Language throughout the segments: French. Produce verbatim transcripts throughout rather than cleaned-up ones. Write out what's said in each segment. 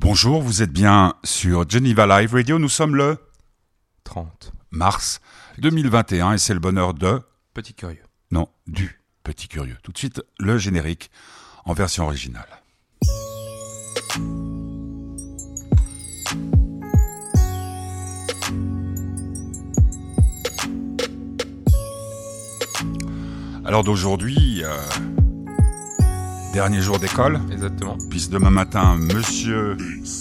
Bonjour, vous êtes bien sur Geneva Live Radio. Nous sommes le trente mars deux mille vingt et un et c'est le bonheur de... Petit Curieux. Non, du Petit Curieux. Tout de suite, le générique en version originale. Alors d'aujourd'hui, euh, dernier jour d'école. Exactement. Puis demain matin, monsieur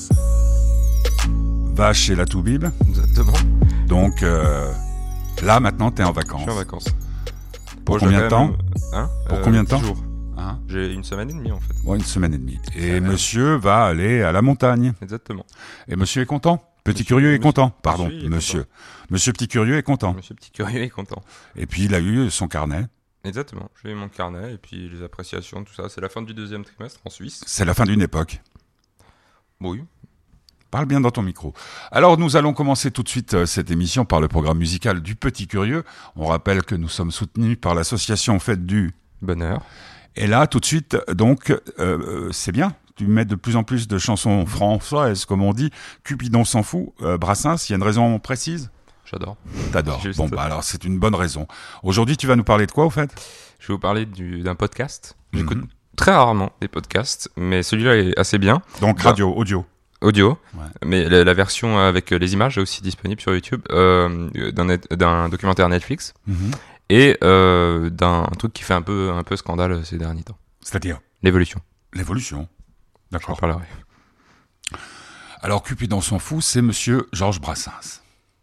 va chez la Toubib. Exactement. Donc euh, là, maintenant, t'es en vacances. Je suis en vacances. Pour Bon, combien de quand temps même... hein Pour euh, combien de temps dix jours. Hein J'ai une semaine et demie en fait. Ouais, une semaine et demie. Et Ça va. monsieur va aller à la montagne. Exactement. Et monsieur est content. Petit Monsieur- Curieux est monsieur- content. Pardon, monsieur est monsieur. Monsieur Petit Curieux est content. Monsieur Petit Curieux est content. Et puis il a eu son carnet. Exactement. J'ai eu mon carnet et puis les appréciations, tout ça. C'est la fin du deuxième trimestre en Suisse. C'est la fin d'une époque. Bon, oui. Parle bien dans ton micro. Alors nous allons commencer tout de suite euh, cette émission par le programme musical du Petit Curieux. On rappelle que nous sommes soutenus par l'association Fête du... Bonheur. Et là, tout de suite, donc, euh, c'est bien. Tu mets de plus en plus de chansons françaises, comme on dit. Cupidon s'en fout. Euh, Brassens, il y a une raison précise ? J'adore. T'adores. Juste. Bon, bah alors c'est une bonne raison. Aujourd'hui, tu vas nous parler de quoi, au fait ? Je vais vous parler du, d'un podcast. J'écoute Mhm. très rarement des podcasts, mais celui-là est assez bien. Donc, Bah. radio, audio. Audio, Ouais. mais la, la version avec les images est aussi disponible sur YouTube euh, d'un, net- d'un documentaire Netflix Mhm. et euh, d'un truc qui fait un peu, un peu scandale ces derniers temps. C'est-à-dire L'évolution. l'évolution. J'en D'accord. parlerai. Alors, Cupidon s'en fout, c'est monsieur Georges Brassens.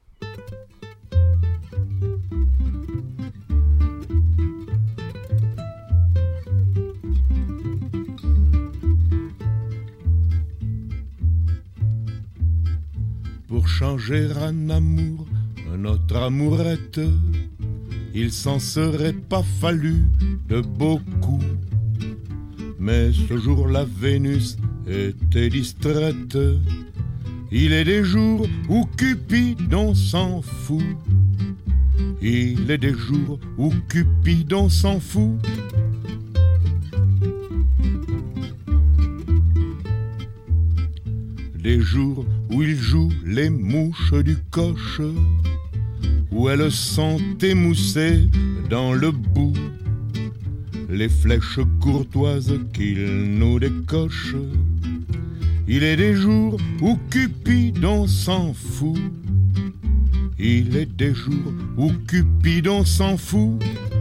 Pour changer un amour, notre amourette, il s'en serait pas fallu de beaucoup. Mais ce jour-là, Vénus était distraite. Il est des jours où Cupidon s'en fout. Il est des jours où Cupidon s'en fout. Des jours où il joue les mouches du coche, où elles sont émoussées dans le bout, les flèches courtoises qu'il nous décoche. Il est des jours où Cupidon s'en fout. Il est des jours où Cupidon s'en fout.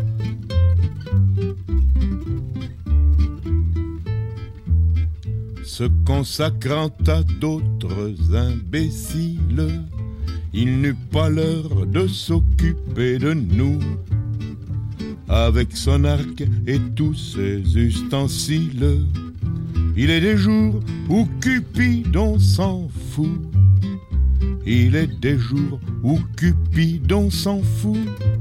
Se consacrant à d'autres imbéciles, il n'eut pas l'heure de s'occuper de nous. Avec son arc et tous ses ustensiles, il est des jours où Cupidon s'en fout. Il est des jours où Cupidon s'en fout.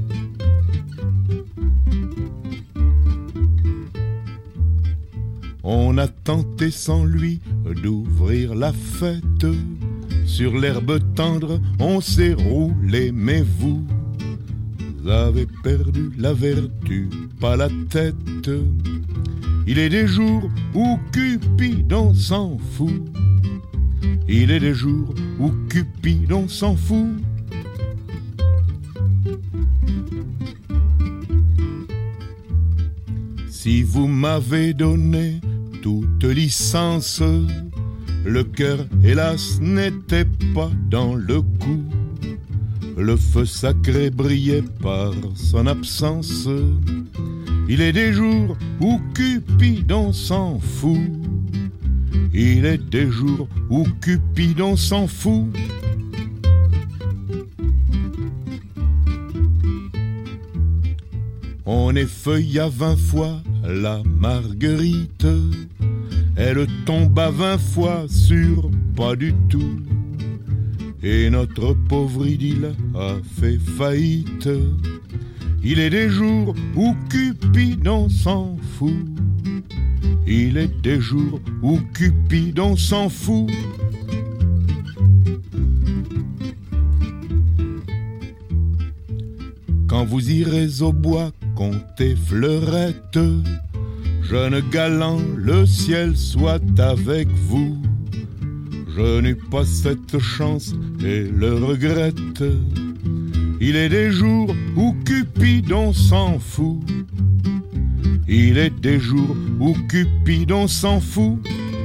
On a tenté sans lui d'ouvrir la fête. Sur l'herbe tendre, on s'est roulé, mais vous avez perdu la vertu, pas la tête. Il est des jours où Cupidon s'en fout. Il est des jours où Cupidon s'en fout. Si vous m'avez donné toute licence, le cœur, hélas, n'était pas dans le coup. Le feu sacré brillait par son absence. Il est des jours où Cupidon s'en fout. Il est des jours où Cupidon s'en fout. On effeuilla vingt fois la marguerite. Elle tomba vingt fois sur pas du tout. Et notre pauvre idylle a fait faillite. Il est des jours où Cupidon s'en fout. Il est des jours où Cupidon s'en fout. Quand vous irez au bois compter fleurettes, jeune galant, le ciel soit avec vous. je n'ai pas cette chance et le regrette. Il est des jours où Cupidon s'en fout. Il est des jours où Cupidon s'en fout.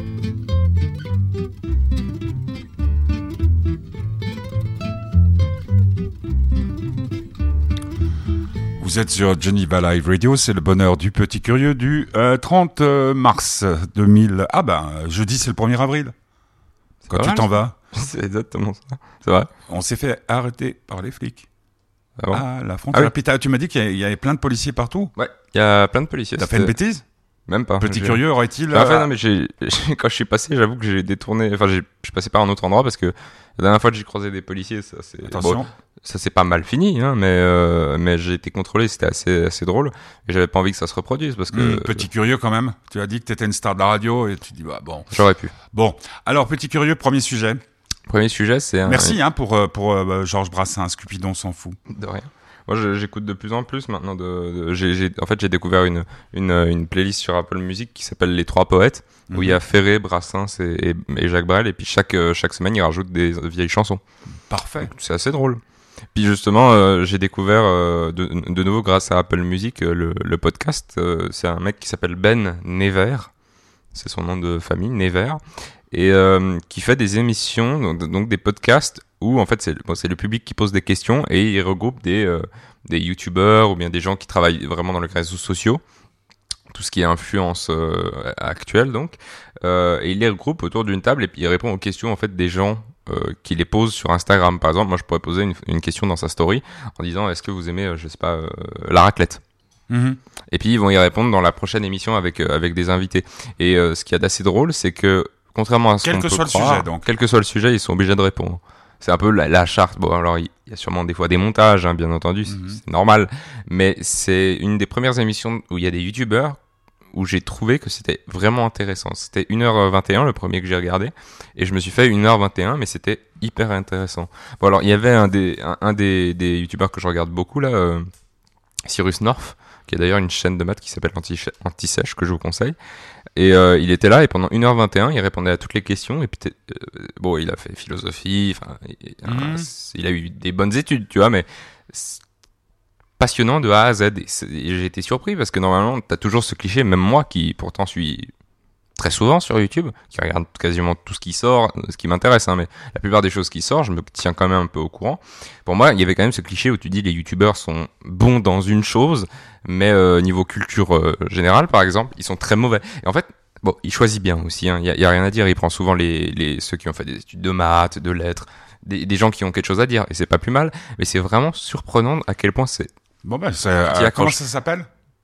Vous êtes sur Geneva Live Radio, c'est le bonheur du petit curieux du euh, trente mars deux mille. Ah ben, jeudi c'est le premier avril. C'est Quand pas tu mal, t'en ça. vas, C'est exactement ça. C'est vrai. on s'est fait arrêter par les flics. Ah bon Ah, la frontière. Ah oui. Puis t'as- tu m'as dit qu'il y avait- il y avait plein de policiers partout. Ouais. Il y a plein de policiers. T'as fait une c'était- bêtise? Même pas. Petit J'ai- curieux aurait-il... Enfin, euh, non, mais j'ai, j'ai- quand je suis passé, j'avoue que j'ai détourné. Enfin, j'ai, je suis passé par un autre endroit parce que la dernière fois que j'ai croisé des policiers, ça c'est. Attention. Bon, ça s'est pas mal fini, hein, mais euh, mais j'ai été contrôlé, c'était assez assez drôle et j'avais pas envie que ça se reproduise parce que Hum, petit curieux quand même. Tu as dit que t'étais une star de la radio et tu dis bah bon. j'aurais pu. Bon, alors petit curieux, premier sujet. Premier sujet, c'est un. Merci hein, pour, euh, pour euh, Georges Brassens, Cupidon s'en fout. De rien. Moi, je- j'écoute de plus en plus maintenant. De, de- j'ai, j'ai- en fait, j'ai découvert une, une, une playlist sur Apple Music qui s'appelle Les Trois Poètes, où Mhm. il y a Ferré, Brassens et, et, et Jacques Brel, et puis chaque, euh, chaque semaine, ils rajoutent des vieilles chansons. Parfait. C'est assez drôle. Puis justement, euh, j'ai découvert euh, de, de nouveau grâce à Apple Music euh, le, le podcast. Euh, c'est un mec qui s'appelle Ben Never, c'est son nom de famille, Never, et euh, qui fait des émissions, donc, donc des podcasts où en fait c'est, bon, c'est le public qui pose des questions et il regroupe des, euh, des youtubeurs ou bien des gens qui travaillent vraiment dans les réseaux sociaux, tout ce qui est influence euh, actuelle donc, euh, et il les regroupe autour d'une table et puis il répond aux questions en fait des gens euh, qui les posent sur Instagram. Par exemple, moi je pourrais poser une, une question dans sa story en disant est-ce que vous aimez, euh, je sais pas, euh, la raclette. Mhm. Et puis ils vont y répondre dans la prochaine émission avec euh, avec des invités. Et euh, ce qu'il y a d'assez drôle, c'est que contrairement à ce Quel qu'on que peut soit le croire, sujet, donc. quel que soit le sujet, ils sont obligés de répondre. C'est un peu la, la charte. Bon, alors il y a sûrement des fois des montages, hein, bien entendu, c'est, Mhm. c'est normal. Mais c'est une des premières émissions où il y a des youtubeurs où j'ai trouvé que c'était vraiment intéressant. C'était une heure vingt et un, le premier que j'ai regardé, et je me suis fait une heure vingt et un, mais c'était hyper intéressant. Bon, alors il y avait un des un, un des, des youtubeurs que je regarde beaucoup là, euh, Cyrus North, qui a d'ailleurs une chaîne de maths qui s'appelle Anti- Anti-Sèche, que je vous conseille. Et euh, il était là, et pendant une heure vingt et un, il répondait à toutes les questions, et puis t'es- euh, bon, il a fait philosophie, enfin, il, Mhm. il a eu des bonnes études, tu vois, mais c'est passionnant de A à Z. Et, c'est- et j'ai été surpris, parce que normalement, t'as toujours ce cliché, même moi, qui pourtant suis très souvent sur YouTube, qui regarde quasiment tout ce qui sort, ce qui m'intéresse, hein, mais la plupart des choses qui sortent, je me tiens quand même un peu au courant. Pour moi, il y avait quand même ce cliché où tu dis les youtubeurs sont bons dans une chose, mais euh, niveau culture euh, générale, par exemple, ils sont très mauvais. Et en fait, bon, il choisit bien aussi, il hein, y, a, y a rien à dire, il prend souvent les, les ceux qui ont fait des études de maths, de lettres, des, des gens qui ont quelque chose à dire, et c'est pas plus mal, mais c'est vraiment surprenant à quel point c'est. Bon ben, c'est, Qui euh, accroche. comment ça s'appelle?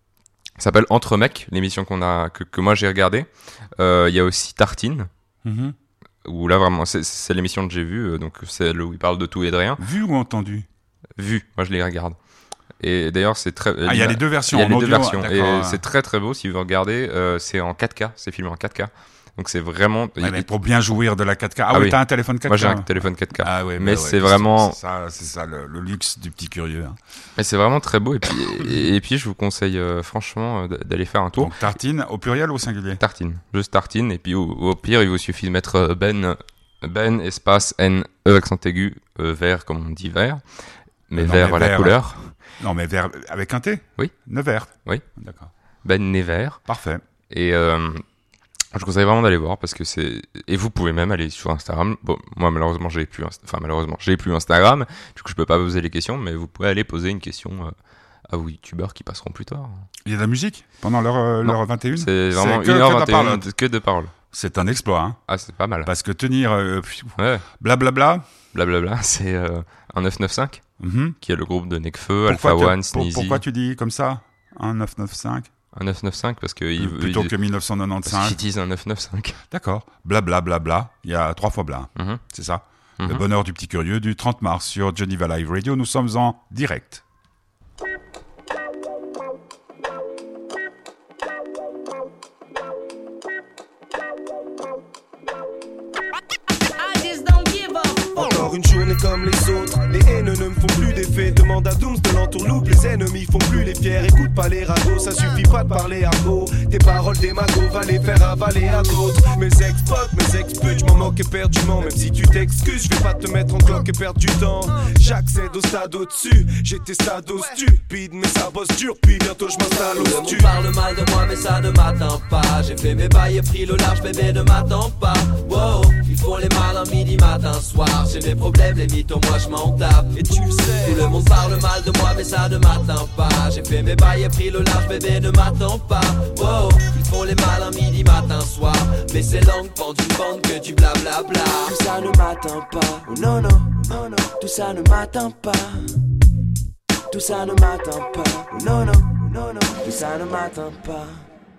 Ça s'appelle Entre mecs, l'émission qu'on a que, que moi j'ai regardée. Euh, Il y a aussi Tartine, Mhm. où là vraiment c'est, c'est l'émission que j'ai vue, euh, donc c'est où il parle de tout et de rien. Vu ou entendu? Vu, moi je les regarde. Et d'ailleurs c'est très. Ah, il y a les deux versions. Il y a les en deux audio, versions ah, et d'accord, c'est très très beau si vous regardez. Euh, c'est en quatre K, c'est filmé en quatre K. Donc c'est vraiment. ouais, mais pour bien jouir de la quatre K. Ah, Ah oui, oui. t'as un téléphone quatre K. Moi j'ai un téléphone quatre K. Ah ouais, Mais bah c'est ouais, vraiment- C'est ça, c'est ça le, le luxe du petit curieux. hein. Mais c'est vraiment très beau et puis et, et puis je vous conseille euh, franchement euh, d'aller faire un tour. Donc tartine au pluriel ou au singulier? Tartine, juste tartine, et puis au, au pire, il vous suffit de mettre euh, Ben, Ben, espace, N, E, accent aigu, euh, vert, comme on dit vert, mais Non, vert mais à la vert. couleur, Non, mais vert avec un T? Oui. Nevers? Oui. D'accord. Ben Never, Parfait. et euh, je vous conseille vraiment d'aller voir, parce que c'est, et vous pouvez même aller sur Instagram, bon, moi malheureusement j'ai plus, Inst- enfin malheureusement j'ai plus Instagram, du coup je peux pas poser les questions, mais vous pouvez aller poser une question euh, à vos youtubeurs qui passeront plus tard. Il y a de la musique pendant l'heure, euh, Non. l'heure vingt et une? C'est vraiment que- une heure que de la vingt et un parole. de- que de paroles. C'est un exploit, hein. Ah, c'est pas mal. Parce que tenir euh, Ouais, blablabla. blablabla, c'est euh, un neuf neuf cinq, Mhm. qui est le groupe de Nekfeu, Pourquoi Alpha tu- One, pour- Sneezy. Pourquoi tu dis comme ça? Un neuf neuf cinq? Un neuf neuf cinq parce que il, Plutôt il, que mille neuf cent parce quatre-vingt-quinze. qu'ils disent un neuf neuf cinq. D'accord. Blablabla. Il y a trois fois bla. Mhm, C'est ça. Le mhm. bonheur du petit curieux du trente mars sur Geneva Live Radio. Nous sommes en direct. I just don't give a fuck. Encore une journée comme les autres. Les haines ne me font plus d'effet. Demande à Dooms de l'entourloupe. Les ennemis font plus les fiers. Écoute pas les ragots, ça suffit pas de parler argot. Tes paroles des magots va les faire avaler à d'autres. Mes ex-potes, mes ex-putes, j'm'en moque éperdument. Même si tu t'excuses, je vais pas te mettre en cloque et perdre du temps. J'accède au stade au-dessus. J'étais stado stupide, mais ça bosse dur. Puis bientôt je m'installe au stu. On parle mal de moi, mais ça ne m'atteint pas. J'ai fait mes bails et pris le large, bébé ne m'attends pas. Wow, ils font les malins midi, matin, soir. J'ai mes problèmes, les mythos, moi je m'en tape. Et tu le sais, tout le monde parle mal de moi, mais ça ne m'atteint pas. J'ai fait mes bails et pris le large, bébé ne m'attends pas. Wow, ils font les malins midi, matin, soir. Mais c'est langue pendue, bande que du blablabla. Tout ça ne m'atteint pas, oh non, non, non, non. Tout ça ne m'atteint pas. Tout ça ne m'atteint pas, oh non, non, non, non. Tout ça ne m'atteint pas.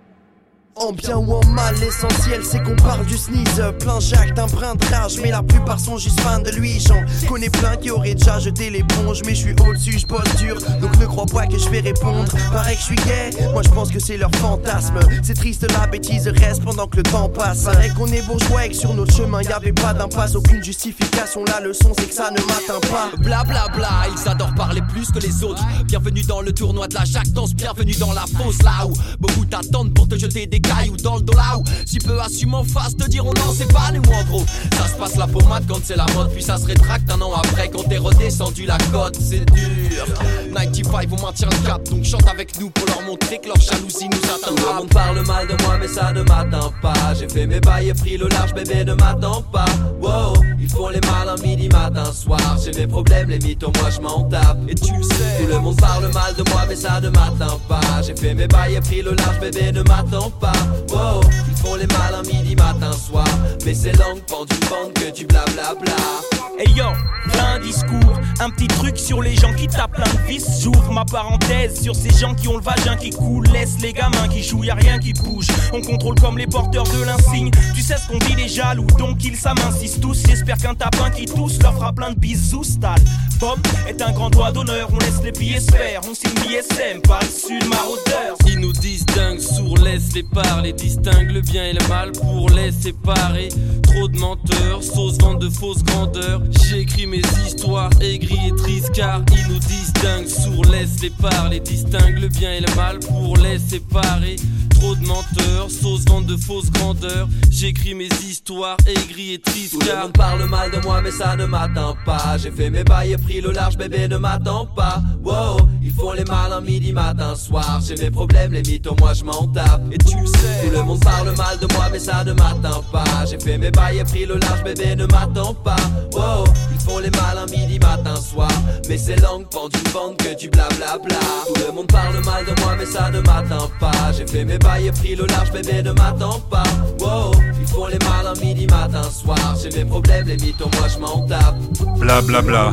En bien ou en mal, l'essentiel c'est qu'on parle du sneeze. Plein Jacques d'un brin de rage, mais la plupart sont juste fans de lui. J'en connais plein qui auraient déjà jeté l'éponge, mais je suis au-dessus, je bosse dur, donc ne crois pas que je vais répondre. Pareil que je suis gay, moi je pense que c'est leur fantasme. C'est triste, la bêtise reste pendant que le temps passe. Pareil qu'on est bourgeois et que sur notre chemin y'avait pas d'impasse. Aucune justification, la leçon c'est que ça ne m'atteint pas. Blablabla, bla bla, ils adorent parler plus que les autres. Bienvenue dans le tournoi de la jactance, bienvenue dans la fosse. Là où beaucoup t'attendent pour te jeter des cailloux dans le dos, là où si peu assument en face te diront non c'est pas nous en gros. Ça se passe la pommade quand c'est la mode, puis ça se rétracte un an après quand t'es redescendu la côte. C'est dur, quatre-vingt-quinze on maintient le cap, donc chante avec nous pour leur montrer que leur jalousie nous atteint. Tout le monde parle mal de moi mais ça ne m'atteint pas. J'ai fait mes bails et pris le large, bébé ne m'attends pas. Wow, ils font les malins midi, matin, soir. J'ai mes problèmes, les mythos, moi je m'en tape. Et tu le sais, tout le monde parle mal de moi mais ça ne m'atteint pas. J'ai fait mes bails et pris le large, bébé ne m'attends pas. Wow, ils font les malins midi, matin, soir. Mais c'est langue pendue, bande que du blablabla. Hey yo, plein discours, un petit truc sur les gens qui tapent plein de vis. J'ouvre ma parenthèse sur ces gens qui ont le vagin qui coule. Laisse les gamins qui jouent, y'a rien qui bouge. On contrôle comme les porteurs de l'insigne. Tu sais ce qu'on dit les jaloux, donc ils s'amincissent tous. J'espère qu'un tapin qui tousse leur fera plein de bisous. Stade, Bob est un grand doigt d'honneur. On laisse les billets se faire, on signe l'I S M, pas le sud maraudeur. Ils nous distinguent, sourds, laisse les parler. Distingue le bien et le mal pour les séparer. Trop de menteurs, sauce vente de fausses grandeurs. J'écris mes histoires aigries et tristes car ils nous distinguent. Sourds, laisse les parler. Distingue le bien et le mal pour les séparer. Trop de menteurs, sauce vente de fausses grandeurs. J'écris mes histoires aigries et tristes car tout le monde parle mal de moi mais ça ne m'atteint pas. J'ai fait mes bails et pris le large, bébé ne m'attends pas. Wow, ils font les malins midi, matin, soir. J'ai mes problèmes, les mythos, moi je m'en tape. Et tu le sais, tout le monde parle mal de moi mais ça ne m'atteint pas. J'ai fait mes bails et pris le large, bébé ne m'attends pas. Wow, ils font les malins midi, matin, soir. Mais c'est langue pendue, bande que du blablabla. Tout le monde parle mal de moi mais ça ne m'atteint pas. J'ai fait mes bails et pris le large, bébé ne m'attends pas. Wow, ils font les malins midi, matin, soir. J'ai mes problèmes, les mythos, moi je m'en tape. Blablabla.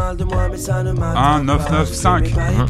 un neuf neuf cinq.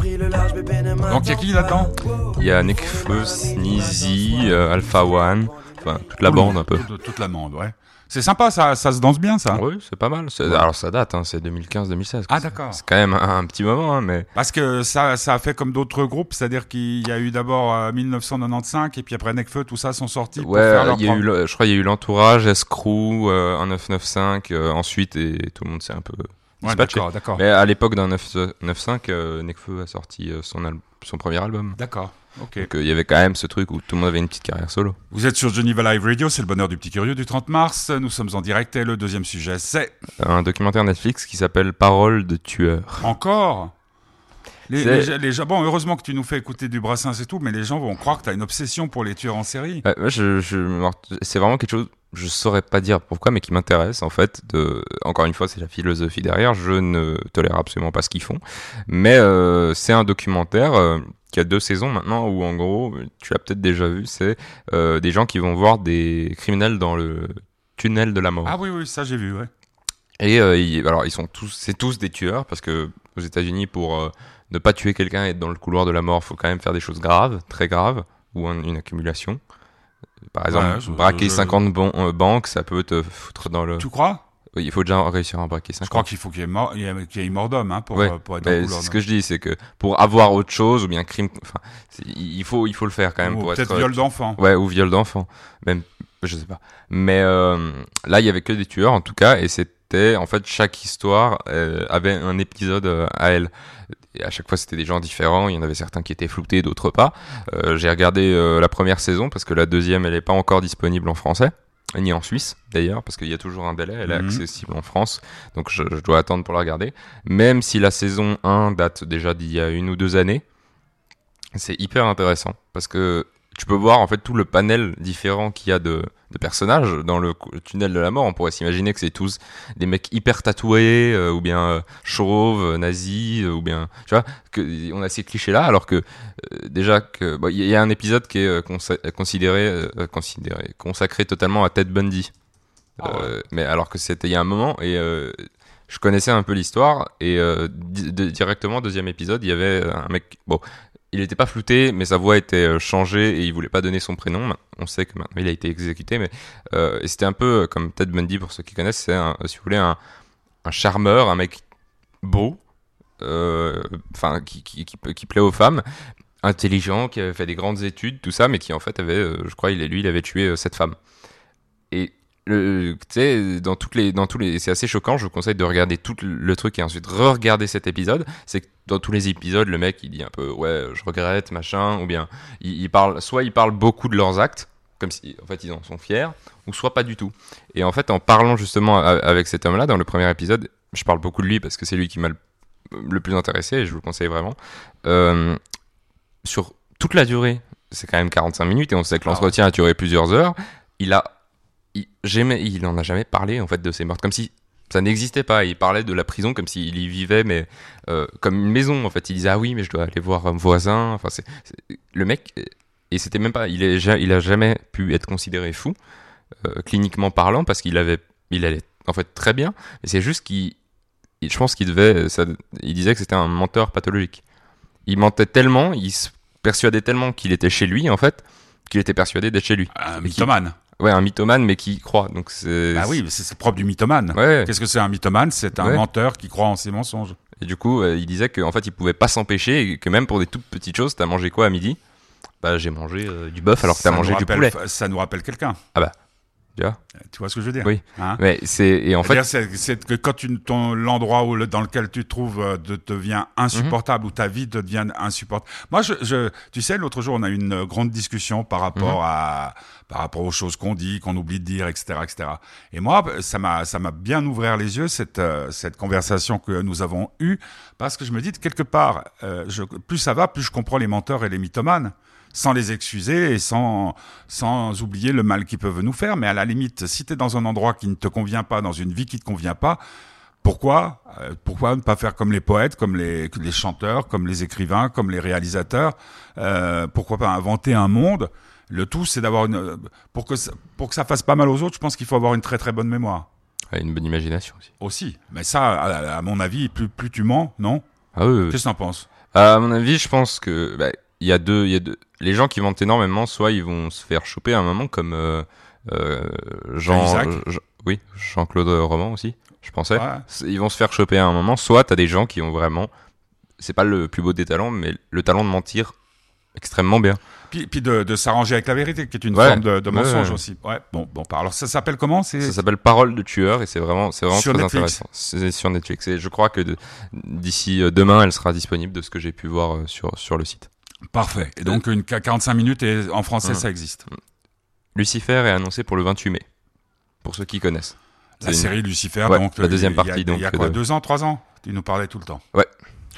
Donc y'a qui là-dedans? Il y a Nekfeu, Sneezy, euh, Alpha One, enfin toute la bande un peu. Toute, toute la bande, ouais. C'est sympa, ça, ça se danse bien, ça. Oui, c'est pas mal. C'est... Alors ça date, hein, c'est deux mille quinze deux mille seize. Ah d'accord. C'est quand même un, un petit moment, hein, mais. Parce que ça, ça a fait comme d'autres groupes, c'est-à-dire qu'il y a eu d'abord euh, dix-neuf cent quatre-vingt-quinze et puis après Nekfeu, tout ça sont sortis. Pour ouais, faire leur il y a eu, le, je crois qu'il y a eu l'entourage, Escrew, euh, un neuf neuf cinq, euh, ensuite et tout le monde s'est un peu. Ouais, d'accord, d'accord. Mais à l'époque d'un neuf neuf cinq, euh, Nekfeu a sorti euh, son, al- son premier album. D'accord. Okay. Donc il euh, y avait quand même ce truc où tout le monde avait une petite carrière solo. Vous êtes sur Geneva Live Radio, c'est le bonheur du petit curieux du trente mars. Nous sommes en direct et le deuxième sujet c'est... Un documentaire Netflix qui s'appelle Paroles de tueurs. Encore les, les, les gens, bon, heureusement que tu nous fais écouter du Brassens et tout, mais les gens vont croire que tu as une obsession pour les tueurs en série. Ouais, moi, je, je, c'est vraiment quelque chose, je saurais pas dire pourquoi, mais qui m'intéresse en fait. De, encore une fois, c'est la philosophie derrière. Je ne tolère absolument pas ce qu'ils font, mais euh, c'est un documentaire euh, qui a deux saisons maintenant où en gros, tu l'as peut-être déjà vu, c'est euh, des gens qui vont voir des criminels dans le tunnel de la mort. Ah oui, oui, ça j'ai vu, ouais. Et euh, ils, alors ils sont tous, c'est tous des tueurs parce que aux États-Unis pour euh, ne pas tuer quelqu'un et être dans le couloir de la mort, faut quand même faire des choses graves, très graves, ou un, une accumulation. Par exemple, ouais, je, braquer je, je... cinquante bon, euh, banques, ça peut te foutre dans le... Tu crois ? Oui, il faut déjà réussir à braquer cinquante. Je crois qu'il faut qu'il y ait, mort, il y ait, qu'il y ait mort d'homme hein, pour, ouais, pour être dans le couloir. C'est ce que je dis, c'est que pour avoir autre chose, ou bien crime... Enfin, il faut, il faut le faire quand même. Ou pour peut-être être, viol d'enfant. Ouais, ou viol d'enfant. Même, je sais pas. Mais euh, là, il y avait que des tueurs, en tout cas, et c'est c'était en fait chaque histoire euh, avait un épisode euh, à elle. Et à chaque fois, c'était des gens différents. Il y en avait certains qui étaient floutés, d'autres pas. Euh, j'ai regardé euh, la première saison parce que la deuxième, elle n'est pas encore disponible en français, ni en Suisse d'ailleurs, parce qu'il y a toujours un délai. Elle est mmh. accessible en France, donc je, je dois attendre pour la regarder. Même si la saison un date déjà d'il y a une ou deux années, c'est hyper intéressant parce que tu peux voir en fait tout le panel différent qu'il y a de, de personnages dans le, le tunnel de la mort. On pourrait s'imaginer que c'est tous des mecs hyper tatoués euh, ou bien euh, chauves, nazis euh, ou bien tu vois que on a ces clichés là alors que euh, déjà que bon, y, y a un épisode qui est euh, consa- considéré euh, considéré consacré totalement à Ted Bundy. Ah ouais. euh, mais alors que c'était il y a un moment et euh, je connaissais un peu l'histoire et euh, di- de, directement deuxième épisode, il y avait un mec bon il n'était pas flouté, mais sa voix était changée et il voulait pas donner son prénom. On sait que maintenant il a été exécuté, mais euh, et c'était un peu comme Ted Bundy pour ceux qui connaissent. C'est, un, si vous voulez, un, un charmeur, un mec beau, enfin euh, qui, qui, qui, qui plaît aux femmes, intelligent, qui avait fait des grandes études, tout ça, mais qui en fait avait, euh, je crois, il lui, il avait tué euh, cette femme. Et tu sais, dans toutes les, dans tous les, c'est assez choquant. Je vous conseille de regarder tout le truc et ensuite re-regarder cet épisode. C'est que dans tous les épisodes, le mec il dit un peu ouais, je regrette, machin, ou bien il, il parle, soit il parle beaucoup de leurs actes, comme si en fait ils en sont fiers, ou soit pas du tout. Et en fait, en parlant justement avec cet homme-là dans le premier épisode, je parle beaucoup de lui parce que c'est lui qui m'a le, le plus intéressé et je vous le conseille vraiment. Euh, sur toute la durée, c'est quand même quarante-cinq minutes et on sait que l'entretien a duré plusieurs heures. Il a Il, jamais, il en a jamais parlé en fait de ses meurtres, comme si ça n'existait pas. Il parlait de la prison comme s'il y vivait, mais euh, comme une maison en fait. Il disait ah oui, mais je dois aller voir un voisin. Enfin, c'est, c'est... le mec, et c'était même pas. Il, est, il a jamais pu être considéré fou euh, cliniquement parlant parce qu'il avait, il allait en fait très bien. Mais c'est juste qu'il, je pense qu'il devait, ça, il disait que c'était un menteur pathologique. Il mentait tellement, il se persuadait tellement qu'il était chez lui en fait, qu'il était persuadé d'être chez lui. Un mythomane. Ouais, un mythomane, mais qui croit. Donc c'est. Bah oui, c'est, c'est propre du mythomane. Ouais. Qu'est-ce que c'est un mythomane ? C'est un ouais. menteur qui croit en ses mensonges. Et du coup, euh, il disait qu'en fait, il pouvait pas s'empêcher et que même pour des toutes petites choses, t'as mangé quoi à midi ? Bah, j'ai mangé euh, du bœuf alors que t'as mangé rappelle, du poulet. Ça nous rappelle quelqu'un. Ah bah. Tu vois ? Tu vois ce que je veux dire ? Oui. Hein ? Mais c'est et en fait, c'est, c'est que quand tu, ton l'endroit où le, dans lequel tu te trouves euh, de, devient insupportable, mm-hmm. où ta vie devient insupportable. Moi, je, je, tu sais, l'autre jour, on a eu une grande discussion par rapport mm-hmm. à, par rapport aux choses qu'on dit, qu'on oublie de dire, et cetera, et cetera. Et moi, ça m'a, ça m'a bien ouvert les yeux cette, euh, cette conversation que nous avons eue, parce que je me dis quelque part, euh, je, plus ça va, plus je comprends les menteurs et les mythomanes. Sans les excuser et sans, sans oublier le mal qu'ils peuvent nous faire. Mais à la limite, si tu es dans un endroit qui ne te convient pas, dans une vie qui ne te convient pas, pourquoi, euh, pourquoi ne pas faire comme les poètes, comme les, les chanteurs, comme les écrivains, comme les réalisateurs euh, pourquoi pas inventer un monde ? Le tout, c'est d'avoir une... Pour que, ça, pour que ça fasse pas mal aux autres, je pense qu'il faut avoir une très très bonne mémoire. Ouais, une bonne imagination aussi. Aussi. Mais ça, à, à mon avis, plus, plus tu mens, non ? Ah oui, oui. Qu'est-ce que t'en penses ? À mon avis, je pense que... Bah, il y a deux, il y a deux. Les gens qui mentent énormément, soit ils vont se faire choper à un moment, comme euh, euh, Jean, Jean, oui, Jean-Claude Roman aussi, je pensais. Ouais. Ils vont se faire choper à un moment. Soit t'as des gens qui ont vraiment, c'est pas le plus beau des talents, mais le talent de mentir extrêmement bien. Puis, puis de, de s'arranger avec la vérité, qui est une ouais. forme de, de mensonge ouais. aussi. Ouais. Bon, bon. Alors ça s'appelle comment ? C'est... Ça s'appelle Parole de tueur et c'est vraiment, c'est vraiment sur très Netflix. intéressant. C'est sur Netflix. Et je crois que de, d'ici demain, elle sera disponible de ce que j'ai pu voir sur sur le site. Parfait. Et donc, une quarante-cinq minutes et en français, mmh. ça existe. Lucifer est annoncé pour le vingt-huit mai. Pour ceux qui connaissent. La C'est série une... Lucifer, ouais, donc. La deuxième partie, il y a, donc. Il y a quoi, de... deux ans, trois ans ? Tu nous parlais tout le temps. Ouais.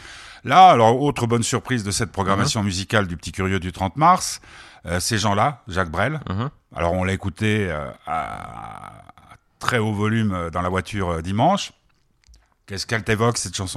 Là, alors, autre bonne surprise de cette programmation mmh. musicale du Petit Curieux du trente mars, euh, ces gens-là, Jacques Brel. Mmh. Alors, on l'a écouté euh, à très haut volume dans la voiture euh, dimanche. Qu'est-ce qu'elle t'évoque, cette chanson ?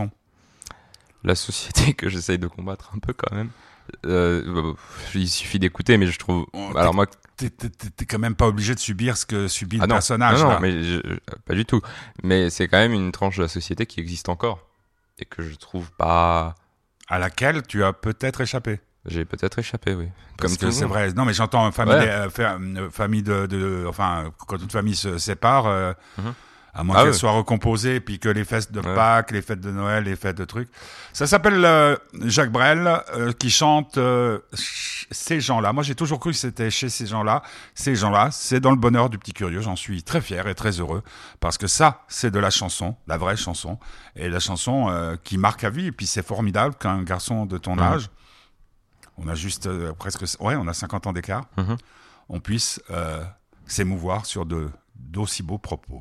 La société que j'essaye de combattre un peu quand même. Euh, il suffit d'écouter, mais je trouve. Oh, alors t'es, moi, t'es, t'es, t'es quand même pas obligé de subir ce que subit ah le non, personnage. Non, non, là. mais je, pas du tout. Mais c'est quand même une tranche de la société qui existe encore et que je trouve pas. À laquelle tu as peut-être échappé. J'ai peut-être échappé, oui. Parce Comme que c'est vrai. Non, mais j'entends famille, ouais. euh, famille de, de, enfin, quand une famille se sépare. Euh, mm-hmm. À moins Ah qu'elle ouais. soit recomposée, puis que les fêtes de Ouais. Pâques, les fêtes de Noël, les fêtes de trucs. Ça s'appelle euh, Jacques Brel, euh, qui chante euh, ch- ces gens-là. Moi, j'ai toujours cru que c'était chez ces gens-là. Ces gens-là, c'est dans le bonheur du petit curieux. J'en suis très fier et très heureux. Parce que ça, c'est de la chanson, la vraie chanson. Et la chanson euh, qui marque à vie. Et puis c'est formidable qu'un garçon de ton Mmh. âge, on a juste euh, presque... Ouais, on a cinquante ans d'écart. Mmh. On puisse euh, s'émouvoir sur de, d'aussi beaux propos.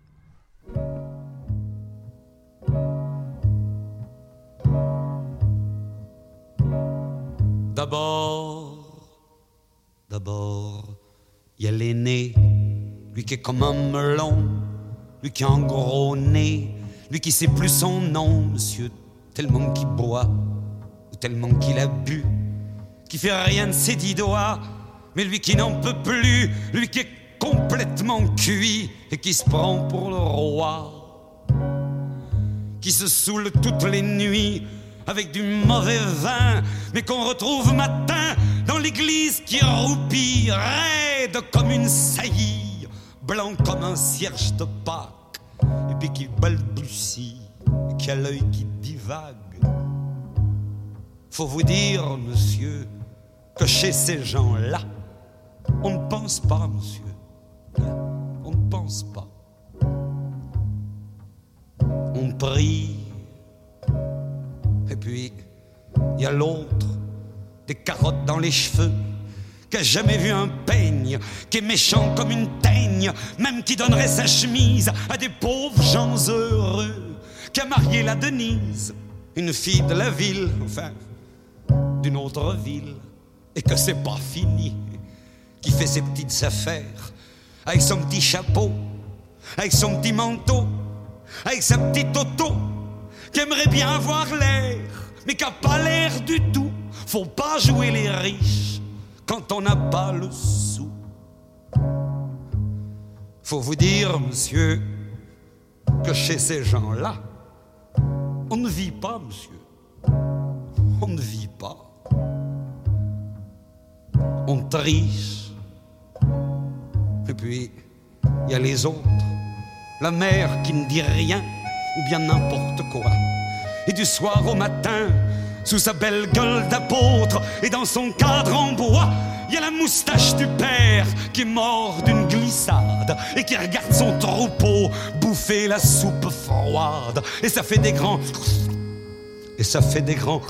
D'abord, d'abord, il y a l'aîné, lui qui est comme un melon, lui qui a un gros nez, lui qui sait plus son nom, monsieur, tellement qu'il boit, ou tellement qu'il a bu, qui fait rien de ses dix doigts, mais lui qui n'en peut plus, lui qui est complètement cuit et qui se prend pour le roi, qui se saoule toutes les nuits avec du mauvais vin, mais qu'on retrouve matin dans l'église qui roupille, raide comme une saillie, blanc comme un cierge de Pâques, et puis qui balbutie, et qui a l'œil qui divague. Faut vous dire, monsieur, que chez ces gens-là, on ne pense pas, monsieur. On ne pense pas. On prie. Et puis, il y a l'autre, des carottes dans les cheveux, qui a jamais vu un peigne, qui est méchant comme une teigne, même qui donnerait sa chemise à des pauvres gens heureux, qui a marié la Denise, une fille de la ville, enfin, d'une autre ville, et que c'est pas fini, qui fait ses petites affaires, avec son petit chapeau, avec son petit manteau, avec sa petite auto, qui aimerait bien avoir l'air, mais qui a pas l'air du tout. Faut pas jouer les riches quand on n'a pas le sou. Faut vous dire, monsieur, que chez ces gens-là, on ne vit pas, monsieur. On ne vit pas. On triche. Et puis, il y a les autres. La mère qui ne dit rien, ou bien n'importe quoi. Et du soir au matin, sous sa belle gueule d'apôtre et dans son cadre en bois, il y a la moustache du père qui est mort d'une glissade et qui regarde son troupeau bouffer la soupe froide. Et ça fait des grands... Et ça fait des grands...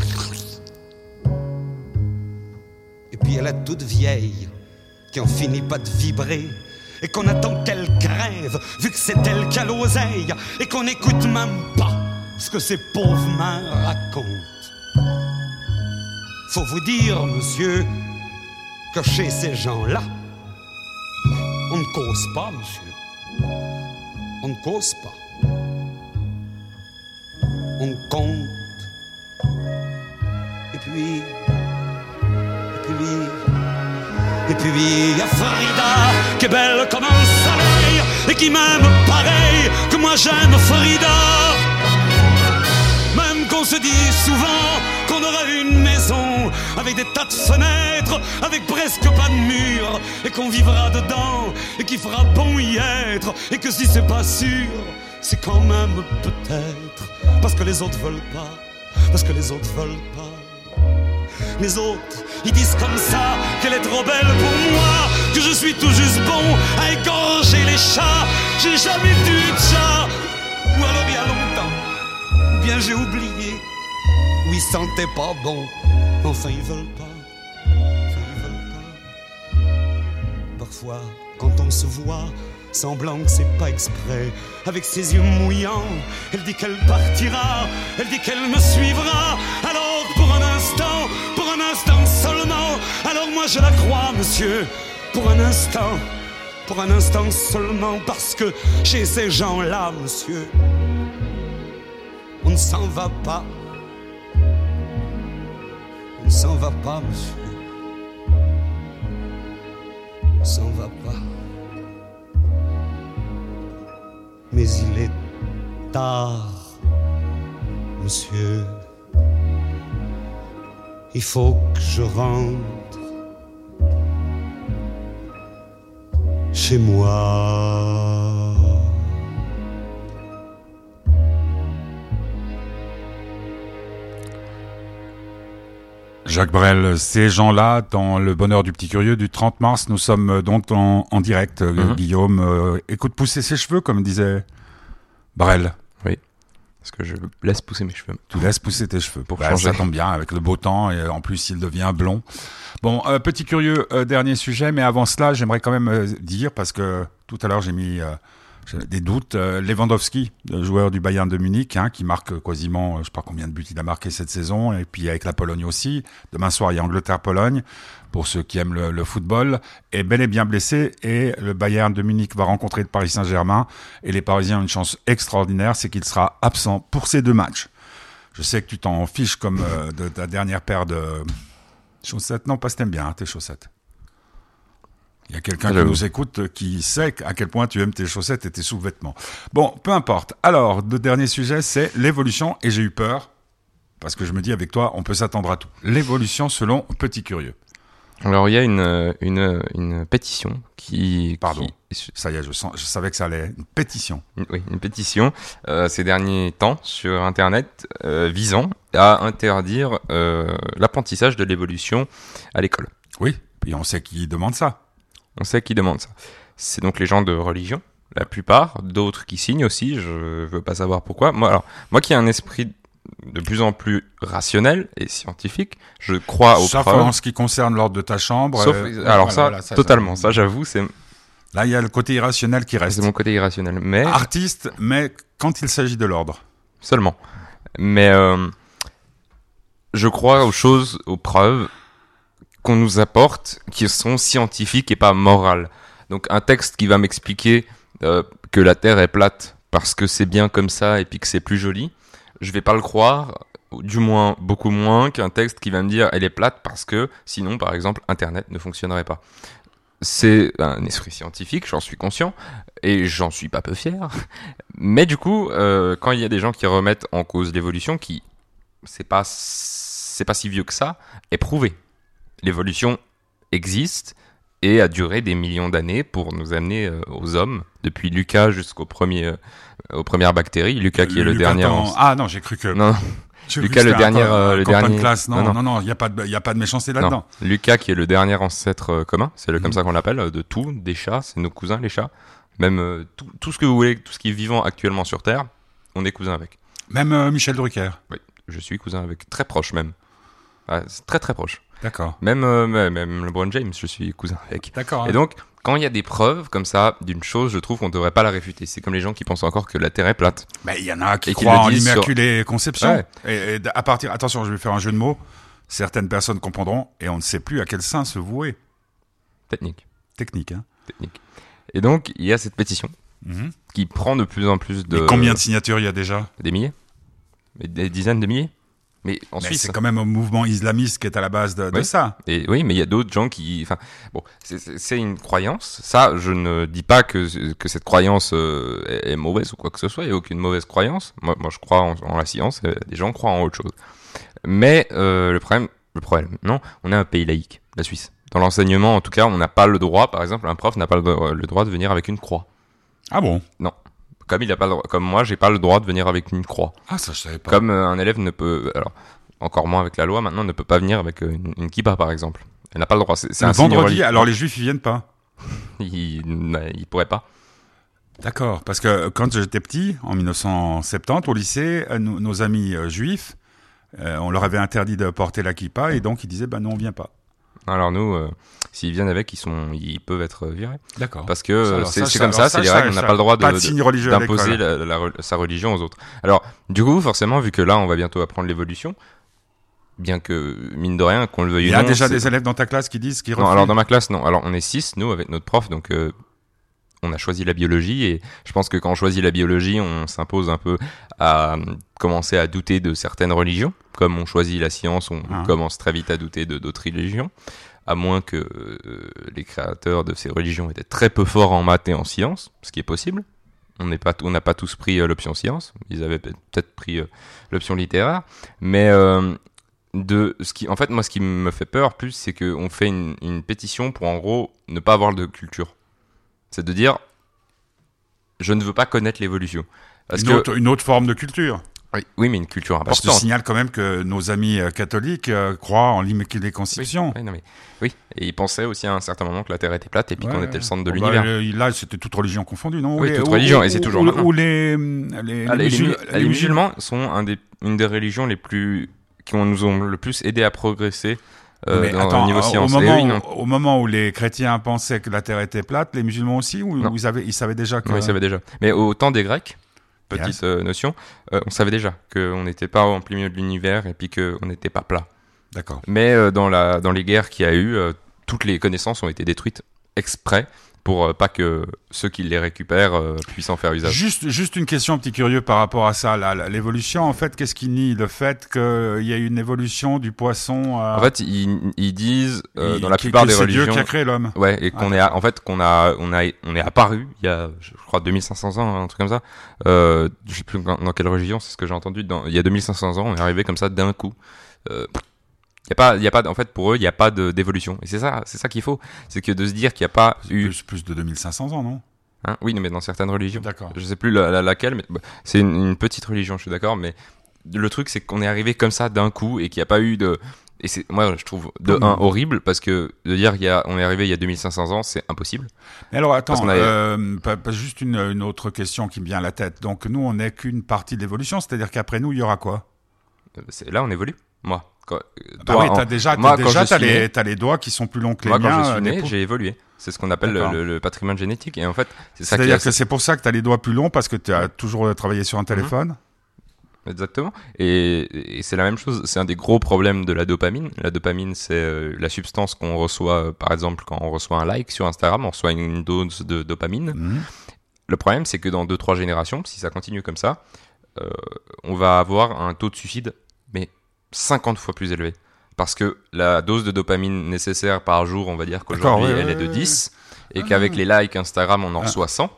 Et puis il y a la toute vieille qui en finit pas de vibrer et qu'on attend qu'elle crève, vu que c'est elle qui a l'oseille, et qu'on n'écoute même pas ce que ces pauvres mains racontent. Faut vous dire, monsieur, que chez ces gens-là, on ne cause pas, monsieur. On ne cause pas. On compte. Et puis... Et puis... Et puis il y a Frida, qui est belle comme un soleil, et qui m'aime pareil que moi j'aime Frida. Même qu'on se dit souvent qu'on aura une maison avec des tas de fenêtres, avec presque pas de murs, et qu'on vivra dedans, et qu'il fera bon y être, et que si c'est pas sûr, c'est quand même peut-être parce que les autres veulent pas, parce que les autres veulent pas. Les autres, ils disent comme ça qu'elle est trop belle pour moi, que je suis tout juste bon à égorger les chats. J'ai jamais vu de chat, ou alors il y a longtemps, ou bien j'ai oublié, ou ils sentaient pas bon. Enfin ils veulent pas, enfin ils veulent pas. Parfois, quand on se voit, semblant que c'est pas exprès, avec ses yeux mouillants, elle dit qu'elle partira, elle dit qu'elle me suivra. Alors pour un instant, pour un instant seulement, alors moi je la crois, monsieur, pour un instant, pour un instant seulement, parce que chez ces gens-là, monsieur, on ne s'en va pas, on ne s'en va pas, monsieur, on ne s'en va pas. Mais il est tard, monsieur. Il faut que je rentre chez moi. Jacques Brel, ces gens-là, dans Le Bonheur du Petit Curieux du trente mars, nous sommes donc en, en direct, mm-hmm. Guillaume. Euh, écoute pousser ses cheveux, comme disait Brel. Oui, parce que je laisse pousser mes cheveux. Tu laisses pousser tes cheveux. Pour bah, changer. Ça tombe bien, avec le beau temps, et en plus, il devient blond. Bon, euh, Petit Curieux, euh, dernier sujet, mais avant cela, j'aimerais quand même euh, dire, parce que tout à l'heure, j'ai mis... Euh, des doutes. Euh, Lewandowski, le joueur du Bayern de Munich, hein, qui marque quasiment, je ne sais pas combien de buts il a marqué cette saison, et puis avec la Pologne aussi. Demain soir, il y a Angleterre-Pologne, pour ceux qui aiment le, le football, est bel et bien blessé, et le Bayern de Munich va rencontrer le Paris Saint-Germain, et les Parisiens ont une chance extraordinaire, c'est qu'il sera absent pour ces deux matchs. Je sais que tu t'en fiches comme euh, de ta dernière paire de chaussettes. Non, pas si t'aimes bien, hein, tes chaussettes. Il y a quelqu'un qui nous écoute qui sait à quel point tu aimes tes chaussettes et tes sous-vêtements. Bon, peu importe. Alors, le dernier sujet, c'est l'évolution, et j'ai eu peur, parce que je me dis, avec toi, on peut s'attendre à tout. L'évolution selon Petit Curieux. Alors, il y a une, une, une pétition qui... Pardon, qui... ça y est, je, sens, je savais que ça allait. Une pétition. Oui, une pétition, euh, ces derniers temps, sur Internet, euh, visant à interdire euh, l'apprentissage de l'évolution à l'école. Oui, et on sait qui demande ça. On sait qui demande ça. C'est donc les gens de religion, la plupart, d'autres qui signent aussi, je veux pas savoir pourquoi. Moi, alors, moi qui ai un esprit de plus en plus rationnel et scientifique, je crois aux Sauf preuves. en ce qui concerne l'ordre de ta chambre. Sauf, euh, alors voilà, ça, voilà, ça, totalement, ça, ça j'avoue, c'est... Là, il y a le côté irrationnel qui reste. C'est mon côté irrationnel, mais... Artiste, mais quand il s'agit de l'ordre. Seulement. Mais euh, je crois aux choses, aux preuves qu'on nous apporte, qui sont scientifiques et pas morales. Donc un texte qui va m'expliquer euh, que la Terre est plate parce que c'est bien comme ça et puis que c'est plus joli, je vais pas le croire, du moins beaucoup moins qu'un texte qui va me dire elle est plate parce que sinon par exemple Internet ne fonctionnerait pas. C'est un esprit scientifique, j'en suis conscient et j'en suis pas peu fier. Mais du coup, euh, quand il y a des gens qui remettent en cause l'évolution, qui c'est pas c'est pas si vieux que ça, est prouvé. L'évolution existe et a duré des millions d'années pour nous amener euh, aux hommes, depuis Lucas jusqu'aux premiers, euh, aux premières bactéries. Lucas qui est le Lucas dernier. Dans... En... Ah non, j'ai cru que. Non, j'ai Lucas cru le dernier, un, euh, un le dernier. De classe. Non, non, non, non, il y a pas de, il y a pas de méchanceté là-dedans. Non. Lucas qui est le dernier ancêtre euh, commun, c'est le, mmh. comme ça qu'on l'appelle, de tout, des chats, c'est nos cousins les chats. Même euh, tout, tout ce que vous voulez, tout ce qui est vivant actuellement sur Terre, on est cousins avec. Même euh, Michel Drucker. Oui, je suis cousin avec, très proche même. Ah, c'est très très proche. D'accord. Même, euh, même LeBron James, je suis cousin avec. D'accord. Et hein. donc, quand il y a des preuves comme ça d'une chose, je trouve qu'on ne devrait pas la réfuter. C'est comme les gens qui pensent encore que la Terre est plate. Mais il y en a qui Et qui croient le en disent l'immaculée conception. Ouais. Et, et à partir, attention, je vais faire un jeu de mots. Certaines personnes comprendront et on ne sait plus à quel sein se vouer. Technique. Technique, hein. Technique. Et donc, il y a cette pétition Mm-hmm. qui prend de plus en plus de... Mais combien de signatures il y a déjà ? Des milliers ? Des dizaines de milliers ? Mais en mais Suisse. c'est quand même un mouvement islamiste qui est à la base de, de oui. ça. Et oui, mais il y a d'autres gens qui, enfin, bon, c'est, c'est, c'est une croyance. Ça, je ne dis pas que que cette croyance euh, est, est mauvaise ou quoi que ce soit. Il n'y a aucune mauvaise croyance. Moi, moi, je crois en, en la science. Et des gens croient en autre chose. Mais euh, le problème, le problème, non, on est un pays laïque, la Suisse. Dans l'enseignement, en tout cas, on n'a pas le droit. Par exemple, un prof n'a pas le, le droit de venir avec une croix. Ah bon ? Non. Comme il a pas le droit, comme moi, j'ai pas le droit de venir avec une croix. Ah, ça je savais pas. Comme euh, un élève ne peut, alors encore moins avec la loi maintenant, ne peut pas venir avec euh, une, une kippa par exemple. Elle n'a pas le droit. C'est, c'est le un signe vendredi, religieux. alors les juifs ils viennent pas. ils, ils pourraient pas. D'accord, parce que quand j'étais petit, en dix-neuf cent soixante-dix, au lycée, nous, nos amis euh, juifs, euh, on leur avait interdit de porter la kippa et donc ils disaient bah non on vient pas. Alors nous, euh, s'ils viennent avec, ils sont, ils peuvent être virés. D'accord. Parce que alors, c'est, ça, c'est ça, comme ça, ça, c'est les ça, règles. On ça, n'a pas le droit de, pas de signe religieux à d'imposer l'école. la, la, sa religion aux autres. Alors du coup, forcément, vu que là, on va bientôt apprendre l'évolution, bien que mine de rien, qu'on le veuille Il ou y a non, déjà c'est... des élèves dans ta classe qui disent qu'ils Non, refusent. alors dans ma classe, non. Alors on est six, nous, avec notre prof, donc euh, on a choisi la biologie et je pense que quand on choisit la biologie, on s'impose un peu à euh, commencer à douter de certaines religions. Comme on choisit la science, on Ah. commence très vite à douter de d'autres religions, à moins que euh, les créateurs de ces religions étaient très peu forts en maths et en sciences, ce qui est possible. On n'est pas, on n'a pas tous pris euh, l'option science, ils avaient peut-être pris euh, l'option littéraire, mais euh, de ce qui, en fait, moi, ce qui me fait peur plus, c'est qu'on fait une, une pétition pour en gros ne pas avoir de culture. C'est de dire, je ne veux pas connaître l'évolution. Parce Une, que autre, une autre forme de culture. Oui, oui, mais une culture Bah, je importante. te signale quand même que nos amis euh, catholiques euh, croient en l'Immaculée Conception. Oui, oui, non, mais, oui, et ils pensaient aussi à un certain moment que la Terre était plate et puis Ouais. qu'on était le centre de Bah, l'univers. le- là, c'était toute religion confondue, non? Oui, Ou les- toute ou- religion, ou- et c'est toujours ou- maintenant. Ou les, les, Ah, les, musul- les, les les musul- musulmans sont un des, une des religions les plus qui ont, nous ont le plus aidé à progresser euh, Mais dans attends, le niveau au science. moment, Et oui, non. où, au moment où les chrétiens pensaient que la Terre était plate, les musulmans aussi, ou Non. ils, avaient, ils savaient déjà que... Oui, ils savaient déjà. Mais au temps des Grecs, petite Yes. euh, notion, euh, on savait déjà qu'on n'était pas en plein milieu de l'univers et puis qu'on n'était pas plat. D'accord. Mais euh, dans, la, dans les guerres qu'il y a eu, euh, toutes les connaissances ont été détruites exprès pour euh, pas que ceux qui les récupèrent euh, puissent en faire usage. Juste, juste une question, petit curieux, par rapport à ça. Là, l'évolution, en fait, qu'est-ce qui nie le fait qu'il y a eu une évolution du poisson à... En fait, ils, ils disent euh, il- dans la que- plupart que des c'est religions, Dieu qui a créé l'homme. ouais, et qu'on Ah, est, à- en fait, qu'on a, on a, on est apparu il y a, je crois, deux mille cinq cents ans, un truc comme ça. Euh, je sais plus dans dans quelle religion, c'est ce que j'ai entendu. Dans, il y a deux mille cinq cents ans, on est arrivé comme ça d'un coup. Euh, Il y a pas, il y a pas, en fait, pour eux, il n'y a pas de, d'évolution. Et c'est ça, c'est ça qu'il faut. C'est que de se dire qu'il n'y a pas eu, Plus, plus de deux mille cinq cents ans, non? hein, oui, mais dans certaines religions. D'accord. Je sais plus la, la- laquelle, mais bah, c'est une, une petite religion, je suis d'accord, mais le truc, c'est qu'on est arrivé comme ça d'un coup et qu'il n'y a pas eu de, et c'est, moi, je trouve, de Mmh. un, horrible, parce que de dire qu'il y a, on est arrivé il y a deux mille cinq cents ans, c'est impossible. Mais alors, attends, Parce qu'on a- euh, pas, pas juste une, une autre question qui me vient à la tête. Donc, nous, on n'est qu'une partie de l'évolution, c'est-à-dire qu'après nous, il y aura quoi? C'est, là, on évolue. Moi. Quand, euh, Bah toi, oui, t'as en- déjà, moi, t'as, quand déjà je t'as, suis les, né- t'as les doigts qui sont plus longs que les moi, miens. quand je euh, suis des né, pauvres. j'ai évolué. C'est ce qu'on appelle le, D'accord. le- le patrimoine génétique. Et en fait, c'est ça qui C'est-à-dire est que c'est pour ça que t'as les doigts plus longs parce que tu as toujours travaillé sur un téléphone. Exactement. Et, et c'est la même chose. C'est un des gros problèmes de la dopamine. La dopamine, c'est euh, la substance qu'on reçoit, euh, par exemple, quand on reçoit un like sur Instagram, on reçoit une dose de dopamine. Mhm. Le problème, c'est que dans deux trois générations, si ça continue comme ça, euh, on va avoir un taux de suicide, mais cinquante fois plus élevé. Parce que la dose de dopamine nécessaire par jour, on va dire qu'aujourd'hui, D'accord, ouais, elle ouais, est de ouais. dix, et Ah. qu'avec les likes Instagram, on en Ah. reçoit cent.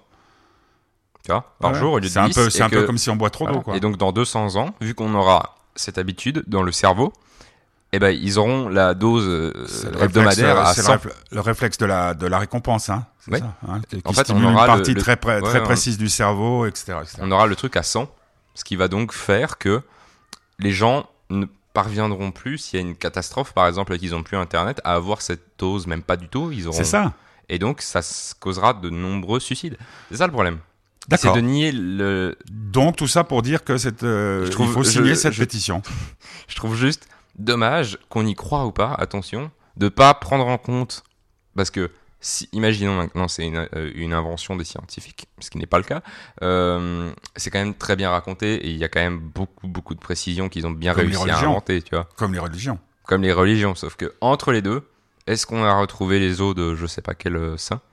Tu vois, par Ouais. jour au lieu de C'est un dix. peu, c'est et un peu que- comme si on boit trop voilà. d'eau, quoi. Et donc, dans deux cents ans, vu qu'on aura cette habitude dans le cerveau, eh ben, ils auront la dose euh, C'est le hebdomadaire réflexe, à c'est cent. le, réfle- le réflexe de la, de la récompense, hein. C'est Oui. ça, hein, qui En fait, on stimule une aura le- partie le- très, pré- ouais, très on- précise du cerveau, et cetera, et cetera. On aura le truc à cent, ce qui va donc faire que les gens ne parviendront plus, s'il y a une catastrophe, par exemple, et qu'ils n'ont plus Internet, à avoir cette dose, même pas du tout. Ils auront... C'est ça. Et donc, ça s- causera de nombreux suicides. C'est ça le problème. C'est D'accord. de nier le... Donc, tout ça pour dire que cette, euh, Je trouve- il faut je- signer cette je- pétition. Je trouve juste dommage qu'on y croit ou pas, attention, de pas prendre en compte, parce que si, imaginons maintenant c'est une, euh, une invention des scientifiques, ce qui n'est pas le cas, euh, c'est quand même très bien raconté et il y a quand même beaucoup beaucoup de précisions qu'ils ont bien Comme les réussi à religions. inventer, tu vois, Comme les religions. comme les religions, sauf que entre les deux, est-ce qu'on a retrouvé les os de je sais pas quel euh, saint?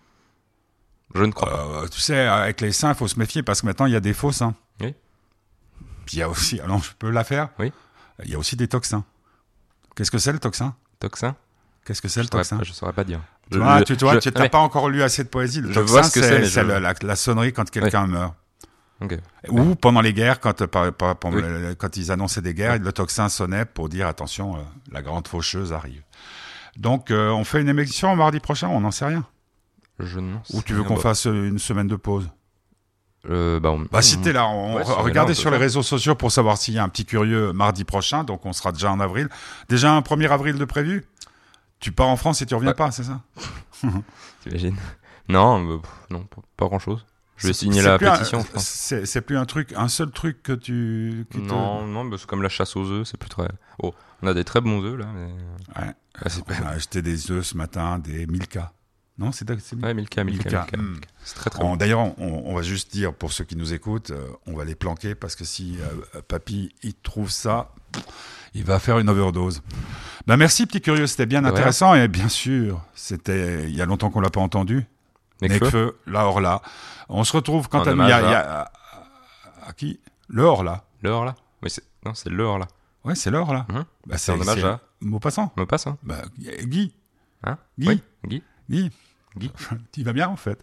Je ne crois pas. Euh, tu sais, avec les saints, il faut se méfier parce que maintenant, il y a des faux saints. Oui. Puis il y a aussi, alors je peux la faire? Oui. Il y a aussi des toxins. Qu'est-ce que c'est le toxin? Toxin? Qu'est-ce que c'est le Je saurais toxin? pas- Je saurais pas dire. Tu Je- vois, je- tu vois, je- tu non, mais- n'as pas encore lu assez de poésie. Le Je toxin, vois ce que c'est, mais c'est je- la, la- la sonnerie quand quelqu'un meurt. Ok. Ou pendant les guerres, quand, euh, par- par- pendant Oui. le- quand ils annonçaient des guerres, le tocsin sonnait pour dire attention, euh, la grande faucheuse arrive. Donc, euh, on fait une émission mardi prochain, on n'en sait rien. Je n'en Ou sais tu veux rien, qu'on bah. fasse euh, une semaine de pause? Euh, bah, on- Bah, si t'es là, on Ouais, si re- on est là, regardez on peut sur les faire. réseaux sociaux pour savoir s'il y a un petit curieux mardi prochain, donc on sera déjà en avril. Déjà un premier avril de prévu? Tu pars en France et tu reviens Ouais. pas, c'est ça? T'imagines? Non, mais, pff, non, pas, pas grand-chose. Je vais C'est- signer c'est la plus un- pétition, je pense. C'est c'est plus un truc, un seul truc que tu... qui te- Non, non, bah, c'est comme la chasse aux œufs, c'est plus très... Oh, on a des très bons œufs, là, mais... Ouais. Ah, c'est pas... On a acheté des œufs ce matin, des Milka. Non, c'est c'est Ouais, Milka, Milka, Milka. Milka. Mm. C'est très très On- bon. D'ailleurs, on, on va juste dire pour ceux qui nous écoutent, euh, on va les planquer parce que si euh, Papy il trouve ça, il va faire une overdose. Ben merci petit curieux, c'était bien De rien. intéressant et bien sûr, c'était il y a longtemps qu'on l'a pas entendu. Nekfeu. Nekfeu, là hors là. On se retrouve quant En à nous. Il y a, hommage il y a- à, à qui? Le hors là. Le hors, là? Mais c'est... Non, c'est le hors, là. Ouais, c'est l'or là. Mhm. Bah, C'est en hommage à... Maupassant. Me passe, hein? Bah, Guy. Hein? Guy. Oui, Guy. Guy. Guy. Tu vas bien en fait.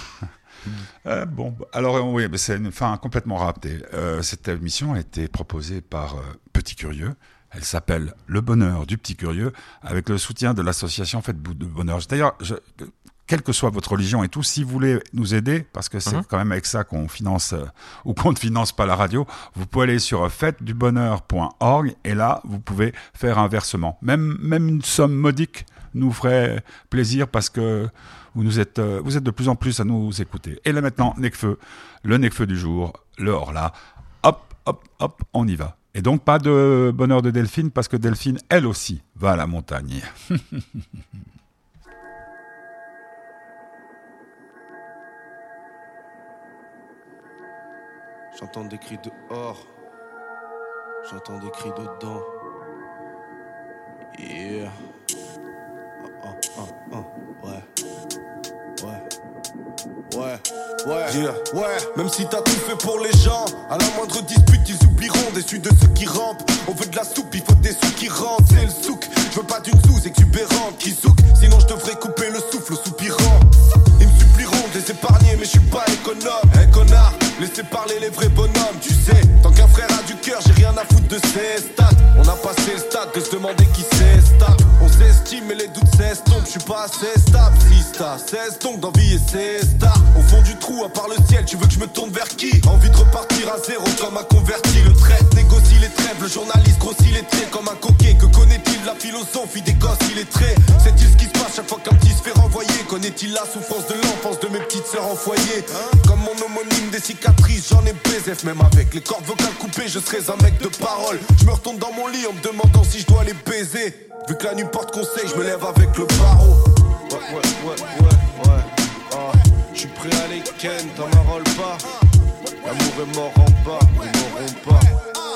Euh, bon, bah, alors euh, oui, mais c'est une fin complètement rapetée. Euh, cette émission a été proposée par euh, Petit Curieux. Elle s'appelle Le Bonheur du Petit Curieux, avec le soutien de l'association Faites de Bonheur. D'ailleurs, je, quelle que soit votre religion et tout, si vous voulez nous aider, parce que c'est mmh. quand même avec ça qu'on finance euh, ou qu'on ne finance pas la radio, vous pouvez aller sur fête du bonheur point org et là, vous pouvez faire un versement. Même, même une somme modique nous ferait plaisir parce que vous, nous êtes, euh, vous êtes de plus en plus à nous écouter. Et là maintenant, Necfeu, le Necfeu du jour, le Horla, hop, hop, hop, on y va. Et donc pas de bonheur de Delphine parce que Delphine, elle aussi, va à la montagne. J'entends des cris dehors, j'entends des cris dedans. Yeah. Oh, oh, oh, oh. Ouais. Ouais. Ouais. Ouais. Yeah. Ouais. Même si t'as tout fait pour les gens, à la moindre dispute, ils oublieront déçus de ceux qui rampent. On veut de la soupe, il faut des sous qui rentrent. C'est le souk. Je veux pas d'une sous exubérante qui souk. Sinon je devrais couper le souffle au soupirant. Ils me supplieront de les épargner, mais je suis pas économe. Hey connard, laissez parler les vrais bonhommes, tu sais. Tant qu'un frère a du cœur, j'ai rien à foutre de ces stats. On a passé le stade de se demander qui s'estape. On s'estime et les doutes s'estompent. Je suis pas assez stable, si t'as seize donc d'envie et c'est star. Au fond du trou, à part le ciel, tu veux que je me tourne vers qui? Envie de repartir à zéro comme un converti. Le traite négocie les trêves, le journaliste grossit les traits comme un coquet. Que connaît-il de la philosophie des gosses, il est très. Sait-il ce qui se passe chaque fois qu'un petit se fait renvoyer? Connaît-il la souffrance de l'enfance de mes petites sœurs en foyer? Comme mon homonyme des cicatrices, j'en ai baisé. Même avec les cordes vocales coupées, je serais un mec de parole. Je me retourne dans mon lit en me demandant si je dois les baiser. Vu que la nuit porte conseil, je me lève avec le barreau. Ouais, ouais, ouais, ouais, ouais. Oh, j'suis prêt à les ken, t'en m'enrôles pas. L'amour est mort en bas, ils mourront pas.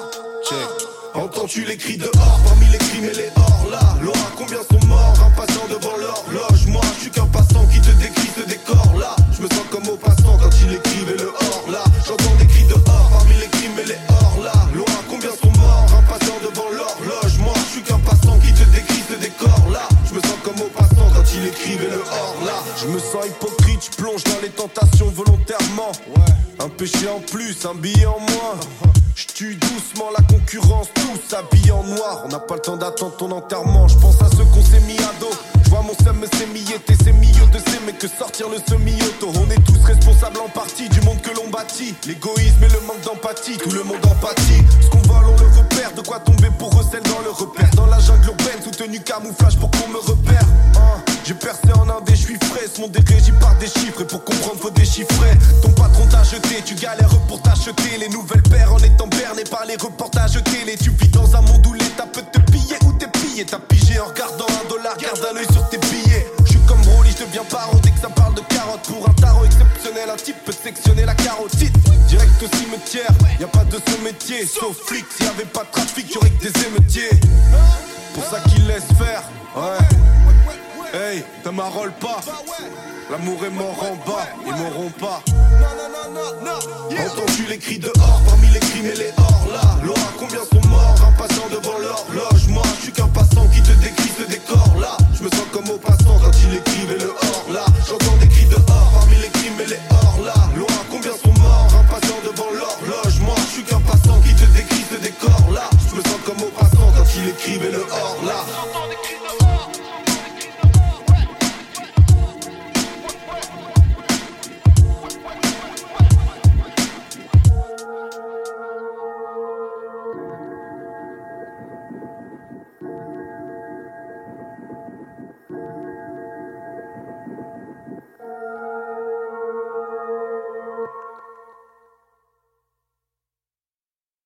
Check. Entends-tu les cris dehors, parmi les crimes et les hors là? Laura, combien sont morts, impatients devant l'horloge? Moi, je suis qu'un passant qui te décrit ce décor là. Je me sens comme au passant quand il écrivait le hors là. J'entends des cris dehors, parmi les crimes et les hors là. Laura, combien sont morts, impatients devant l'horloge? Moi, je suis qu'un passant qui te décrit ce décor là. Je me sens comme au passant quand il écrivait le hors là. Je me sens hypocrite, je plonge dans les tentations volontairement. Un péché en plus, un billet en moins. J'tue doucement la concurrence, tous habillés en noir. On n'a pas le temps d'attendre ton enterrement. J'pense à ceux qu'on s'est mis à dos. J'vois mon seum me s'émilleter, c'est milieu de ces mecs que sortir le semi-auto. On est tous responsables en partie du monde que l'on bâtit. L'égoïsme et le manque d'empathie, tout le monde empathie. Ce qu'on vole on le repère, de quoi tomber pour recel dans le repère. Dans la jungle urbaine, sous tenue camouflage pour qu'on me repère. hein. J'ai percé en indé, j'suis frais, ce monde est régi par des chiffres. Et pour comprendre faut déchiffrer. Ton patron t'a jeté, tu galères pour t'acheter les nouvelles paires en étant berné par les reportages télé. Tu vis dans un monde où l'État peut te piller ou t'es pillé. T'as pigé en regardant un dollar, garde un œil sur tes billets. J'suis comme Broly, je deviens paro dès que ça parle de carottes. Pour un tarot exceptionnel, un type peut sectionner la carotide. Direct au cimetière, y a pas de ce métier. Sauf flic, s'il y avait pas de trafic, y'aurait que des émeutiers. Pour ça qu'ils laissent faire, ouais. Hey, te m'arrole pas. L'amour est mort en bas, ils mourront pas. Entends-tu les cris dehors, parmi les crimes et les hors là? Laura, combien sont